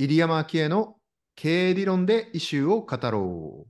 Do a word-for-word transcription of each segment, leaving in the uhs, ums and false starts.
入山昭恵の経営理論でイシューを語ろう。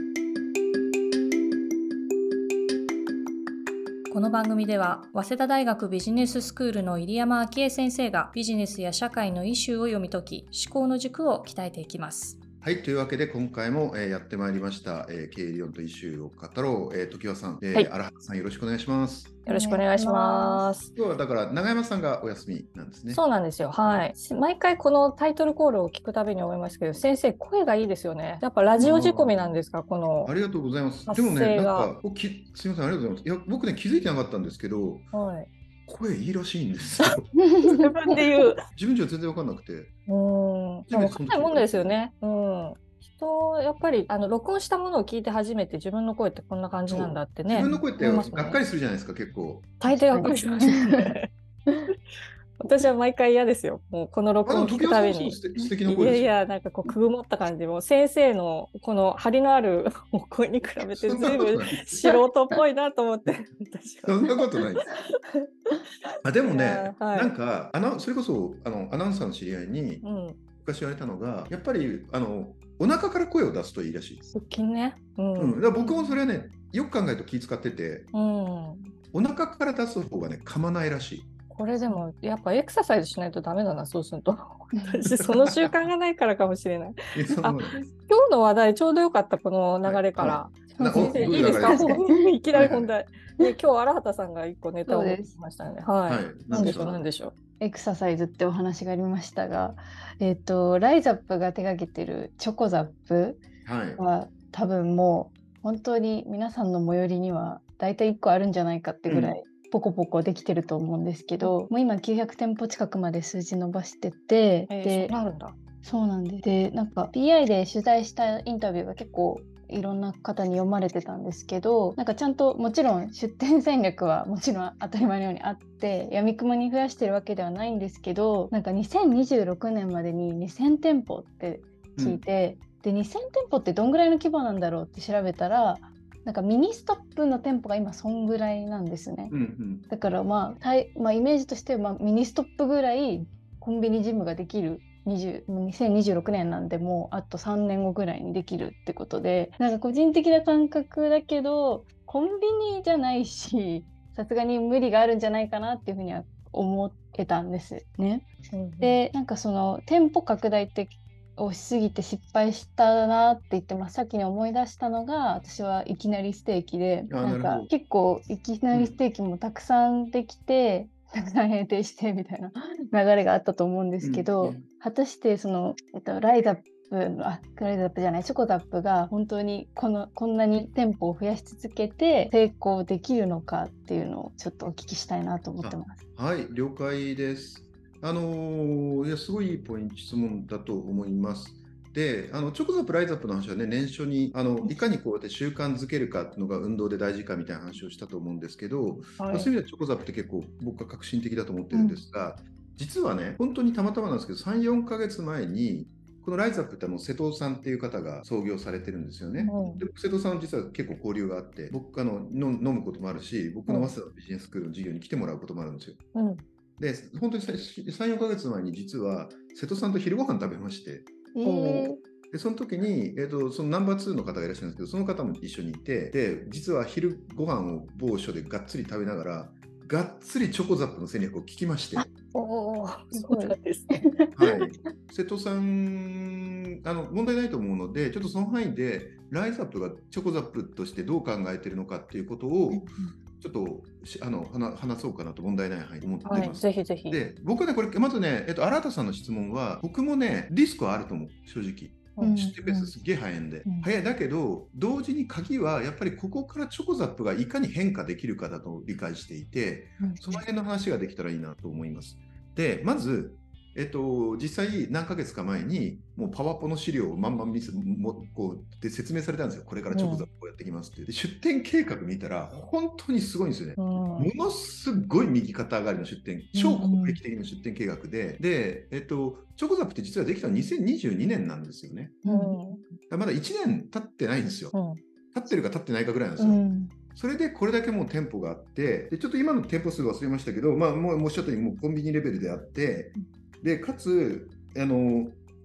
この番組では早稲田大学ビジネススクールの入山昭恵先生がビジネスや社会のイシューを読み解き、思考の軸を鍛えていきます。 はい、というわけで今回も、えー、やってまいりました、えー、経営理論とイシューを語ろう。えー、常盤さん、えーはい、 荒畑さんよろしくお願いします。 よろしくお願いします。 今日はだから永山さんがお休みなんですね。 そうなんですよ。はい。毎回このタイトルコールを聞くたびに思いますけど、先生声がいいですよね。やっぱラジオ仕込みなんですか、この。 ありがとうございます。でもね、なんかきすみません、ありがとうございます。いや、僕ね気づいてなかったんですけど、はい、声いいらしいんですよ。 自分で言う。 自分じゃ全然分かんなくて。 うん。でも分かんないもんですよね。うん。人やっぱりあの録音したものを聞いて初めて自分の声ってこんな感じなんだってね。 自分の声ってがっかりするじゃないですか、結構。 大抵がっかりしますね。私は毎回嫌ですよ。もうこの録音聞くたびに。 素敵な声ですよ。 いやいや、なんかこうくぐもった感じも先生のこの張りのある声に比べて随分素人っぽいなと思って。 そんなことないです。あでもね、はい、なんかあのそれこそあのアナウンサーの知り合いに、うん、昔言われたのが、やっぱりあのお腹から声を出すといいらしいです。 腹筋ね。うん。 うん、だから僕もそれはね、よく考えると気遣ってて、うん、お腹から出す方がね噛まないらしい。 これでもやっぱエクササイズしないとダメだな、そうすると。私その習慣がないからかもしれない。あ、今日の話題ちょうどよかった、この流れから。はいはい、いいですか？いきなり本題。はいはい、今日荒畑さんが一個ネタを持ってきましたね。はい。はい、何でしょう何でしょう。 エクササイズってお話がありましたが、えっとライザップが手掛けてるチョコザップは、はい、多分もう本当に皆さんの最寄りにはだいたいいっこあるんじゃないかってぐらい、うん、ポコポコできてると思うんですけど、もう今きゅうひゃくてんぽ近くまで数字伸ばしてて、 えー、で、そうなるんだ。 そうなんです。で、なんか ピーアイ で取材したインタビューが結構いろんな方に読まれてたんですけど、なんかちゃんともちろん出店戦略はもちろん当たり前のようにあって、闇雲に増やしてるわけではないんですけど、なんかにせんにじゅうろくねんまでににせんてんぽって聞いて、うん、でにせんてんぽってどんぐらいの規模なんだろうって調べたら、なんかミニストップの店舗が今そんぐらいなんですね。うんうん、だからまあ、まあ、イメージとしては、まあ、ミニストップぐらいコンビニジムができるにせんにじゅうろくねんなんで、もうあとさんねんごぐらいにできるってことで、なんか個人的な感覚だけどコンビニじゃないし、さすがに無理があるんじゃないかなっていうふうには思ってたんですね。うんうん、でなんかその店舗拡大ってをしすぎて失敗したなって言ってます。さっきに思い出したのが、私はいきなりステーキで、なんか結構いきなりステーキもたくさんできて、うん、たくさん閉店してみたいな流れがあったと思うんですけど、うん、果たしてその、えっと、ライザップのあライザップじゃないチョコザップが本当にこのこんなに店舗を増やし続けて成功できるのかっていうのをちょっとお聞きしたいなと思ってます。 はい、了解です。あのー、いやすごいポイント質問だと思います。で、あのチョコザップ、ライザップの話はね、年初にあのいかにこうやって習慣づけるかっていうのが運動で大事かみたいな話をしたと思うんですけど、はい、そういう意味ではチョコザップって結構僕は革新的だと思ってるんですが、うん、実はね、本当にたまたまなんですけど、さん、よんかげつまえに、このライザップってあの瀬戸さんっていう方が創業されてるんですよね。うん、で瀬戸さん実は結構交流があって、僕あの飲むこともあるし、僕の早稲田のビジネススクールの授業に来てもらうこともあるんですよ。うん、で本当にさん、よんかげつまえに実は瀬戸さんと昼ご飯食べまして、えー、でその時に、えーと、そのナンバーツーの方がいらっしゃるんですけど、その方も一緒にいて、で実は昼ご飯を某所でがっつり食べながら、がっつりチョコザップの戦略を聞きまして。 おー、そうなんですね。 はい、瀬戸さんあの問題ないと思うので、ちょっとその範囲でライザップがチョコザップとしてどう考えているのかっていうことを、うん、ちょっとあの話そうかなと、問題ない範囲で思っています。はい、 ぜひぜひ。 で僕はね、これまずね、えっと、荒畑さんの質問は、僕もねリスクはあると思う、正直。出店ペースすっげえ早いんで、うん、早いだけど同時に鍵はやっぱりここからチョコザップがいかに変化できるかだと理解していて、うん、その辺の話ができたらいいなと思います。でまずえっと、実際何ヶ月か前にもうパワポの資料をまんま見せもこうで説明されたんですよ。これからチョコザップをやっていきますっていう、で出店計画見たら本当にすごいんですよね。うん、ものすごい右肩上がりの出店、超攻撃的な出店計画で、うん、で、えっと、チョコザップって実はできたのにせんにじゅうにねんなんですよね。うん、まだいちねん経ってないんですよ。うん、経ってるか経ってないかぐらいなんですよ。うん、それでこれだけもう店舗があって、でちょっと今の店舗数忘れましたけど、まあ、もうおっしゃったようにもうコンビニレベルであって、でかつあの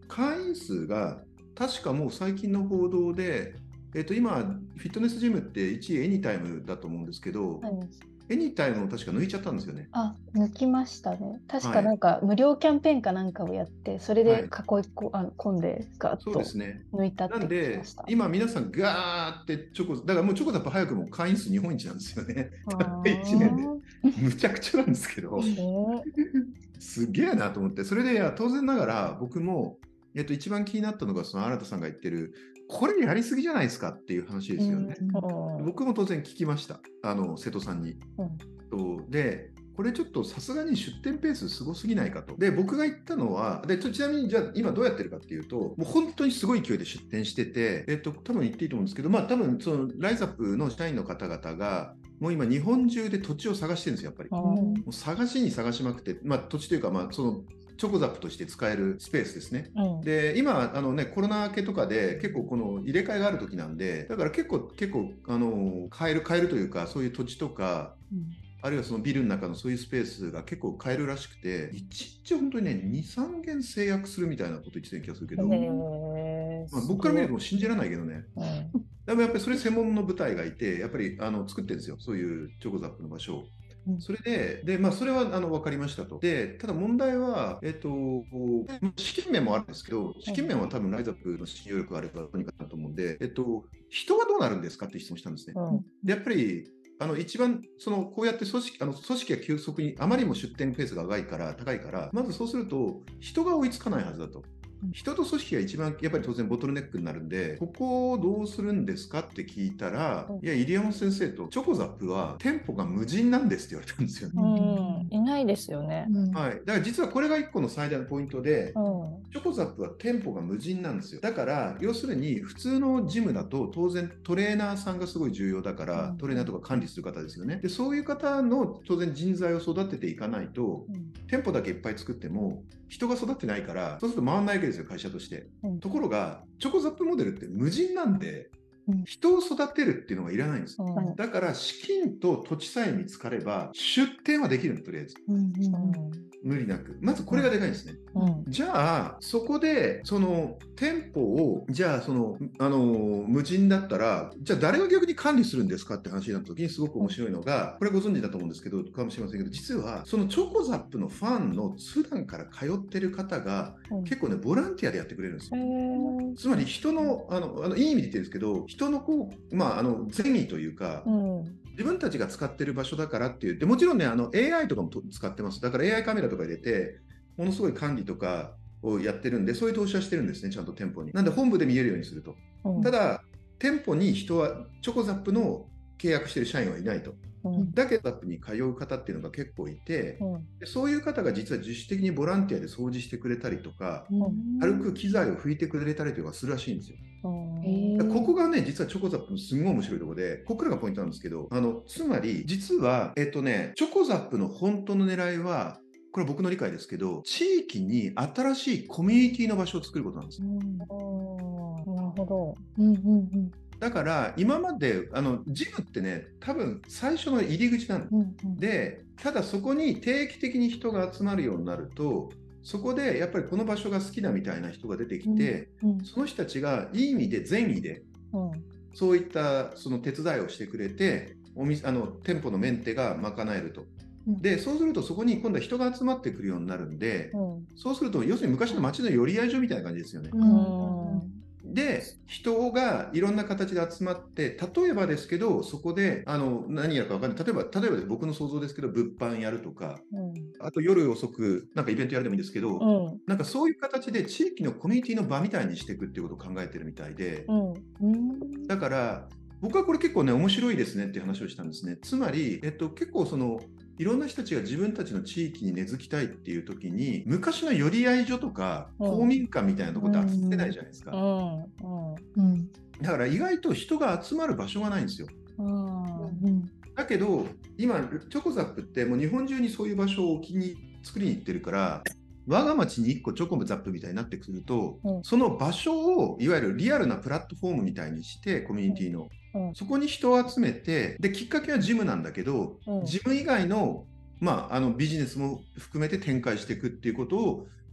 会員数が確かもう最近の報道で、えっと、今、フィットネスジムっていちいエニタイムだと思うんですけど、はい、エニタイムを確か抜いちゃったんですよね。 あ、抜きましたね。確かなんか無料キャンペーンかなんかをやって、それで囲い込んでガッと抜いたって聞きました。 なんで、今皆さんガーってチョコ、だからもうチョコザップ早くも会員数日本一なんですよね。いちねんで。むちゃくちゃなんですけど、すげえなと思って、それで当然ながら僕も、えっと、一番気になったのが、その新田さんが言ってる、これやりすぎじゃないですかっていう話ですよね。うん、僕も当然聞きました、あの瀬戸さんに。うん、で、これちょっとさすがに出店ペースすごすぎないかと。で、僕が言ったのは、でちなみにじゃあ今どうやってるかっていうと、もう本当にすごい勢いで出店してて、えっと、多分言っていいと思うんですけど、まあ多分そのライザップの社員の方々が、もう今日本中で土地を探してるんですよ、やっぱり。うん、もう探しに探しまくって、まあ土地というか、まあその、チョコザップとして使えるスペースですね。うん、で、今、あのね、コロナ明けとかで結構この入れ替えがある時なんで、だから結構、結構、あの、買える、買えるというか、そういう土地とか、うん、あるいはそのビルの中のそういうスペースが結構買えるらしくて、いちにち本当にね、に、さんけん制約するみたいなこと言ってた気がするけど、まあ、僕から見るともう信じられないけどね。うん、でもやっぱりそれ専門の部隊がいて、やっぱりあの作ってるんですよ、そういうチョコザップの場所を。それで、でまあ、それはあの分かりましたと。で、ただ問題は、えっと、資金面もあるんですけど、資金面は多分ライザップの信用力があればとにかくだと思うんで、えっと、人はどうなるんですかって質問したんですね。うん、で、やっぱり、あの一番そのこうやって組織、あの組織が急速にあまりにも出店ペースが高いから、高いから、まずそうすると、人が追いつかないはずだと。人と組織が一番やっぱり当然ボトルネックになるんで、ここをどうするんですかって聞いたら、いや、入山先生とチョコザップは店舗が無人なんですって言われたんですよね。 うん、いないですよね。 はい。だから実はこれが一個の最大のポイントで、うん、チョコザップは店舗が無人なんですよ。だから、要するに普通のジムだと当然トレーナーさんがすごい重要だから、うん、トレーナーとか管理する方ですよね。で、そういう方の当然人材を育てていかないと、うん、店舗だけいっぱい作っても人が育ってないから、そうすると回らないわけですよ、会社として。うん、ところが、チョコザップモデルって無人なんで、人を育てるっていうのがいらないんです。うん、だから資金と土地さえ見つかれば出店はできるの、とりあえず。うんうん、無理なく。まずこれがでかいんですね。うん、じゃあそこでその店舗をじゃあそのあの無人だったらじゃあ誰が逆に管理するんですかって話になった時にすごく面白いのが、これご存知だと思うんですけどかもしれませんけど、実はそのチョコザップのファンの普段から通ってる方が結構ねボランティアでやってくれるんですよ。つまり人のあのあのいい意味で言ってるんですけど、人のこうまああの善意というか、うん、自分たちが使ってる場所だからっていうで、もちろんねあの エーアイ とかも使ってます。だから エーアイ カメラとか入れてものすごい管理とかをやってるんで、そういう投資はしてるんですね、ちゃんと店舗に。なんで本部で見えるようにすると。うん、ただ店舗に人はチョコザップの契約してる社員はいないと。うん、だけど、ザップに通う方っていうのが結構いて、うん、でそういう方が実は自主的にボランティアで掃除してくれたりとか、うん、軽く機材を拭いてくれたりとかするらしいんですよ。うん、ここがね、実はチョコザップのすごい面白いところで、ここからがポイントなんですけど、あのつまり実は、えっとね、チョコザップの本当の狙いは、これは僕の理解ですけど、地域に新しいコミュニティの場所を作ることなんですよ。うん、なるほど。うんうんうん、 だから今まであのジムってね、多分最初の入り口なの、うんうん、でただそこに定期的に人が集まるようになると、そこでやっぱりこの場所が好きだみたいな人が出てきて、うんうん、その人たちがいい意味で善意で、うん、そういったその手伝いをしてくれて、お店あの店舗のメンテが賄えると。でそうするとそこに今度は人が集まってくるようになるんで、うん、そうすると要するに昔の街の寄り合い所みたいな感じですよね。うん、で人がいろんな形で集まって、例えばですけどそこであの何やるか分かんない、例えば例えば僕の想像ですけど物販やるとか、うん、あと夜遅くなんかイベントやるでもいいんですけど、うん、なんかそういう形で地域のコミュニティの場みたいにしていくっていうことを考えてるみたいで、うんうん、だから僕はこれ結構ね面白いですねっていう話をしたんですね。つまり、えっと、結構そのいろんな人たちが自分たちの地域に根付きたいっていう時に、昔の寄り合い所とか公民館みたいなところって集めないじゃないですか。だから意外と人が集まる場所がないんですよ。だけど今チョコザップってもう日本中にそういう場所を置きに作りに行ってるから、我が町にいっこチョコザップみたいになってくると、うん、その場所をいわゆるリアルなプラットフォームみたいにして、コミュニティの、うん、そこに人を集めて、できっかけはジムなんだけど、うん、ジム以外の、まあ、あのビジネスも含めて展開していくっていうことを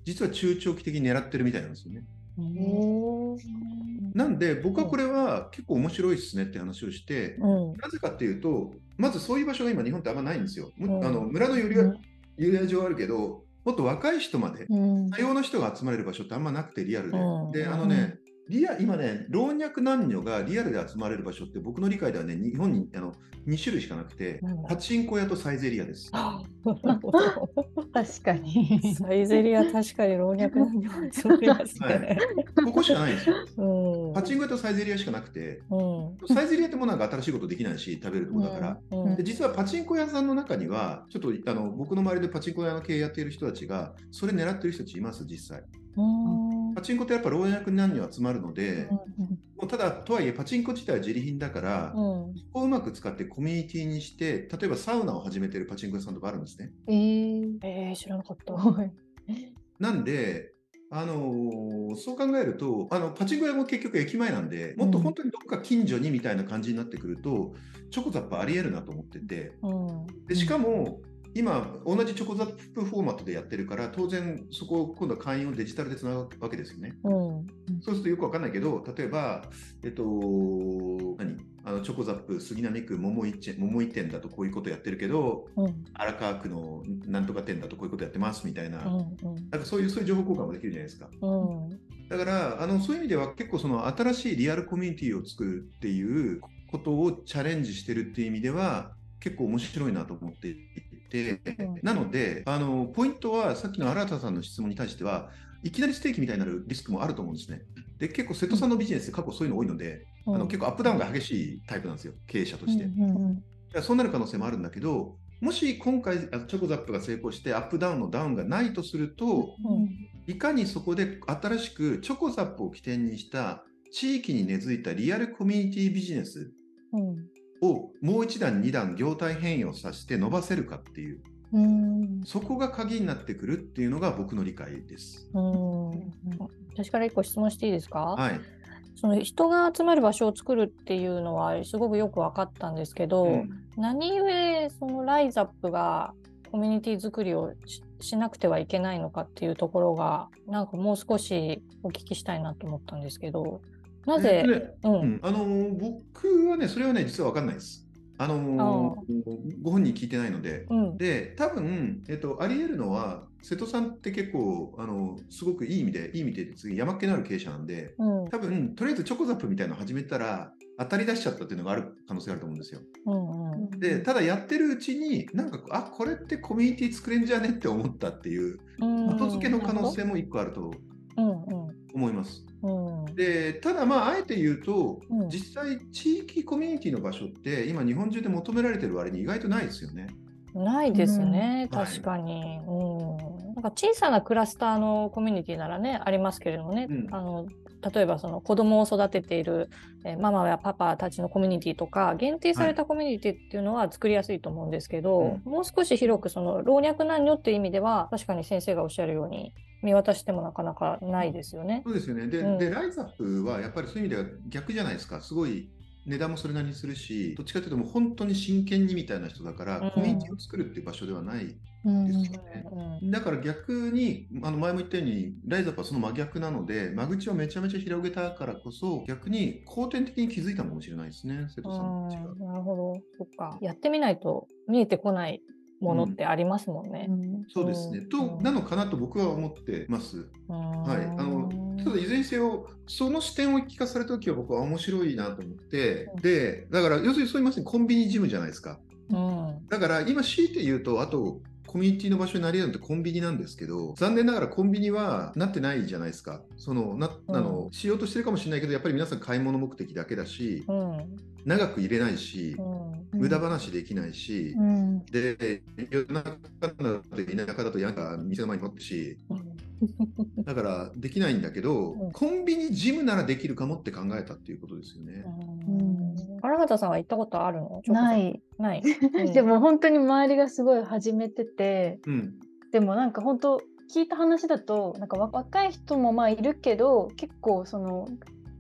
実は中長期的に狙ってるみたいなんですよね。 へーなんで僕はこれは結構面白いですねって話をして、 うんなぜかっていうと、まずそういう場所が今日本ってあんまないんですよ。むうんあの村の寄りは遊泳場はあるけど、もっと若い人までうん多様な人が集まれる場所ってあんまなくて、リアルで。 うんで、あのね、リア今ね、老若男女がリアルで集まれる場所って僕の理解ではね、日本にあのに種類しかなくてなん、だパチンコ屋とサイゼリアです。 なるほど。 確かに。 サイゼリア確かに老若男女が集まりますはいね。 ここしかないんですよ。 うんパチンコ屋とサイゼリアしかなくて、 うんサイゼリアってもうなんか新しいことできないし、食べるとこだから。 うんで実はパチンコ屋さんの中には、ちょっとあの僕の周りでパチンコ屋の経営やっている人たちが、それ狙ってる人たちいます、実際。 うんパチンコってやっぱ老若男女集まるので、もうただとはいえパチンコ自体は自利品だから、 うんそこをうまく使ってコミュニティにして、例えばサウナを始めてるパチンコ屋さんとかあるんですね。 えーえー、知らなかった。 はいなんで、あのーそう考えると、あのパチンコ屋も結局駅前なんで、もっと本当にどっか近所にみたいな感じになってくると、チョコザップありえるなと思ってて、 うんでしかも、今、同じチョコザップフォーマットでやってるから、当然、そこを今度は会員をデジタルでつなぐわけですよね。 うんそうするとよくわかんないけど、例えば、えっと、何あのチョコザップ杉並区桃井店桃井店だとこういうことやってるけど、 うん荒川区のなんとか店だとこういうことやってますみたいな、 うんなんかそういうそういう情報交換もできるじゃないですか。 うんだからあのそういう意味では結構その新しいリアルコミュニティを作るっていうことをチャレンジしてるっていう意味では結構面白いなと思っていて、 うんなのであのポイントはさっきの新田さんの質問に対してはいきなりステーキみたいになるリスクもあると思うんですね。で結構瀬戸さんのビジネスで過去そういうの多いので、 うんあの結構アップダウンが激しいタイプなんですよ、経営者として。 うんうんうんいやそうなる可能性もあるんだけど、もし今回あのチョコザップが成功してアップダウンのダウンがないとすると、いかにそこで新しくチョコザップを起点にした地域に根付いたリアルコミュニティビジネスうんをもう一段二段業態変容させて伸ばせるかっていう、 うんそこが鍵になってくるっていうのが僕の理解です。 うん私から一個質問していいですか？ はい。 その人が集まる場所を作るっていうのはすごくよく分かったんですけど、 うん何故そのライザップがコミュニティ作りを し, しなくてはいけないのかっていうところがなんかもう少しお聞きしたいなと思ったんですけど、なぜ、 えーねうんうんあのー僕はね、それはね、実は分かんないです。あのーご本人聞いてないので。 うんで、多分、えっと、あり得るのは、瀬戸さんって結構、あのすごくいい意味で、いい意味で、次、山っ気のある経営者なんで、 うん多分、とりあえずチョコザップみたいなの始めたら、当たり出しちゃったっていうのがある可能性があると思うんですよ。 うんうんで、ただやってるうちに、なんか、あ、これってコミュニティ作れんじゃねって思ったっていう、 うん後付けの可能性も一個あるとうんうん思います。 うんで、ただまあ、あえて言うと、 うん実際、地域コミュニティの場所って、今、日本中で求められてる割に意外とないですよね。 ないですね、 うん確かに、うん、なんか小さなクラスターのコミュニティならねありますけれどもね、 うんあの例えばその子供を育てている、えーママやパパたちのコミュニティとか限定されたコミュニティっていうのは作りやすいと思うんですけど、もう少し広くその老若男女っていう意味では確かに先生がおっしゃるように見渡してもなかなかないですよね。 そうですよね。で、 うんでライズアップはやっぱりそういう意味では逆じゃないですか。すごい値段もそれなりにするし、どっちかというともう本当に真剣にみたいな人だから、 うんコミュニティを作るっていう場所ではないうんですよね。 うんだから逆に、あの前も言ったように、ライズアップはその真逆なので、間口をめちゃめちゃ広げたからこそ、逆に後天的に気づいたのかもしれないですね、瀬戸さんたちが。 うんなるほど、そっか。やってみないと見えてこないものってありますもんね。 そうですね。 うんと、なのかなと僕は思ってます。はい。あの、ただいずれにせよ、その視点を聞かされたときは僕は面白いなと思って、 うんで、だから要するにそう言いますにコンビニジムじゃないですか。 うんだから今強いて言うと、あと、コミュニティの場所になり得るのってコンビニなんですけど、残念ながらコンビニはなってないじゃないですか。そのなあの、しようとしてるかもしれないけど、やっぱり皆さん買い物目的だけだし、 うん長く入れないし、 うん無駄話できないし、 うんで、夜中なので田舎だとなんか店の前に持ってるし、だからできないんだけど、 うんコンビニジムならできるかもって考えたっていうことですよね。 うん荒畑さんは行ったことあるの？ ないない。 でも本当に周りがすごい始めてて、 うん。 でもなんか本当聞いた話だとなんかわ若い人もまあいるけど結構その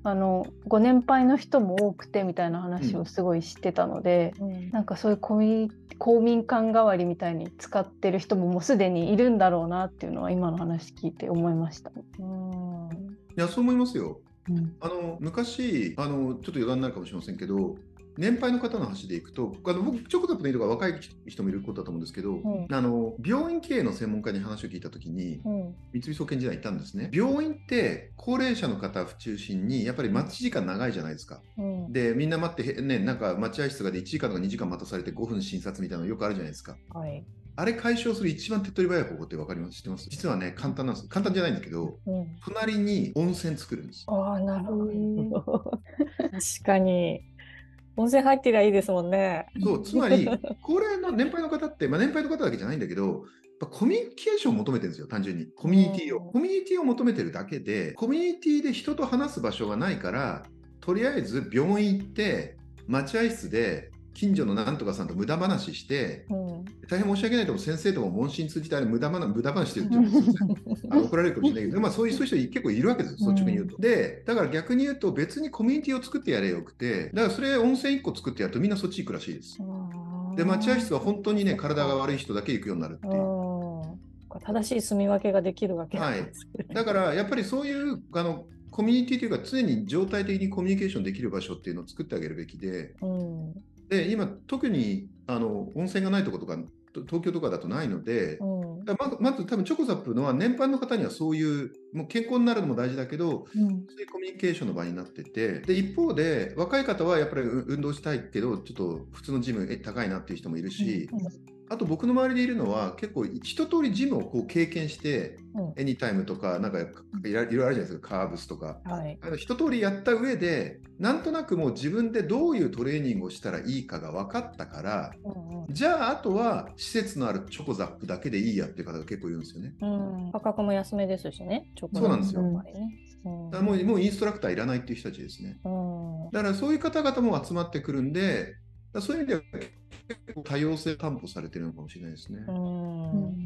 あのご年配の人も多くてみたいな話をすごい知ってたので、うん、なんかそういうコミ公民館代わりみたいに使ってる人ももうすでにいるんだろうなっていうのは今の話聞いて思いました。 うん、いやそう思いますよ。うん、あの昔あのちょっと余談になるかもしれませんけど、年配の方の話でいくと、あの僕、チョコザップのいいとか若い人もいることだと思うんですけど、うん、あの病院経営の専門家に話を聞いたときに、うん、三菱総研時代にいたんですね。病院って高齢者の方を中心に、やっぱり待ち時間長いじゃないですか。うん、で、みんな待って、ね、なんか待合室がでいちじかんとかにじかん待たされてごふん診察みたいなのよくあるじゃないですか。はい、あれ解消する一番手っ取り早い方法って分かります？知ってます？実はね、簡単なんです。簡単じゃないんですけど、うん、隣に温泉作るんです。 ああ、なるほど。確かに。温泉入ってりゃいいですもんね。 そう、つまり、高齢の年配の方って、まあ、年配の方だけじゃないんだけど、やっぱコミュニケーションを求めてるんですよ、単純に。コミュニティを。コミュニティを求めてるだけで、コミュニティで人と話す場所がないから、とりあえず病院行って、待合室で、近所のなんとかさんと無駄話して、うん、大変申し訳ないとも先生とも問診通じてあれ無駄話、無駄話してるって言うんですよ。あの怒られるかもしれないけど、まあ、そういう人結構いるわけですよ、率直に言うと。で、だから逆に言うと別にコミュニティを作ってやれよくて、だからそれ温泉いっこ作ってやるとみんなそっち行くらしいです。で、待合室は本当にね、体が悪い人だけ行くようになるっていう。 正しい住み分けができるわけなんです、はい。だからやっぱりそういうあのコミュニティというか常に常態的にコミュニケーションできる場所っていうのを作ってあげるべきで、うんで今、特にあの温泉がないところとか、東京とかだとないので、うん、まず、まず多分チョコザップのは年配の方にはそういう、もう健康になるのも大事だけど、うん、そういうコミュニケーションの場になってて、で一方で、若い方はやっぱり運動したいけど、ちょっと普通のジム高いなっていう人もいるし、うんうん、あと僕の周りでいるのは、結構一通りジムをこう経験して、うん、エニタイムとか、なんかいろいろあるじゃないですか、カーブスとか。はい、あの一通りやった上で、なんとなくもう自分でどういうトレーニングをしたらいいかが分かったから、うんうん、じゃああとは施設のあるチョコザップだけでいいやっていう方が結構いるんですよね。 うん、価格も安めですしね、 チョコザップ。そうなんですよ。うん、だからもう、もうインストラクターいらないっていう人たちですね。うん、だからそういう方々も集まってくるんで、そういう意味では結構多様性担保されてるのかもしれないですね。 うん、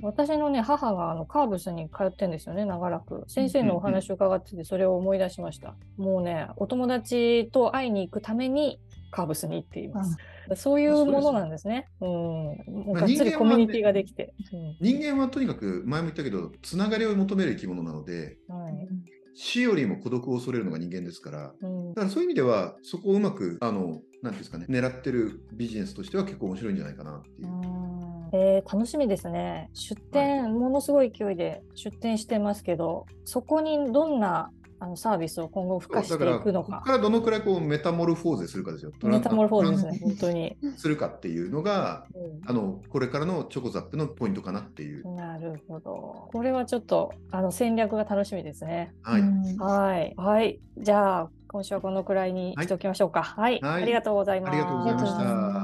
私のね、母があのカーブスに通ってるんですよね、長らく。先生のお話を伺ってて、それを思い出しました。うんうんうん、もうね、お友達と会いに行くためにカーブスに行っています。うん、そういうものなんですね。うん、もうがっつりコミュニティができて。 人間は、ね、うん、人間はとにかく、前も言ったけど、つながりを求める生き物なので、はい、死よりも孤独を恐れるのが人間ですから、うん、だからそういう意味では、そこをうまく、あの、なんていうんですかね、狙ってるビジネスとしては結構面白いんじゃないかなっていう。 えー、楽しみですね。出店、はい、ものすごい勢いで出店してますけど、そこにどんなあのサービスを今後付加していくのか。 ここからどのくらいこうメタモルフォーゼするかですよ。 メタモルフォーゼですね、本当に。 するかっていうのが、うん、あのこれからのチョコザップのポイントかなっていう。 なるほど。これはちょっとあの戦略が楽しみですね。 はい。 はい。はい。じゃあ今週はこのくらいにしておきましょうか。はい。はい、ありがとうございます。 ありがとうございました。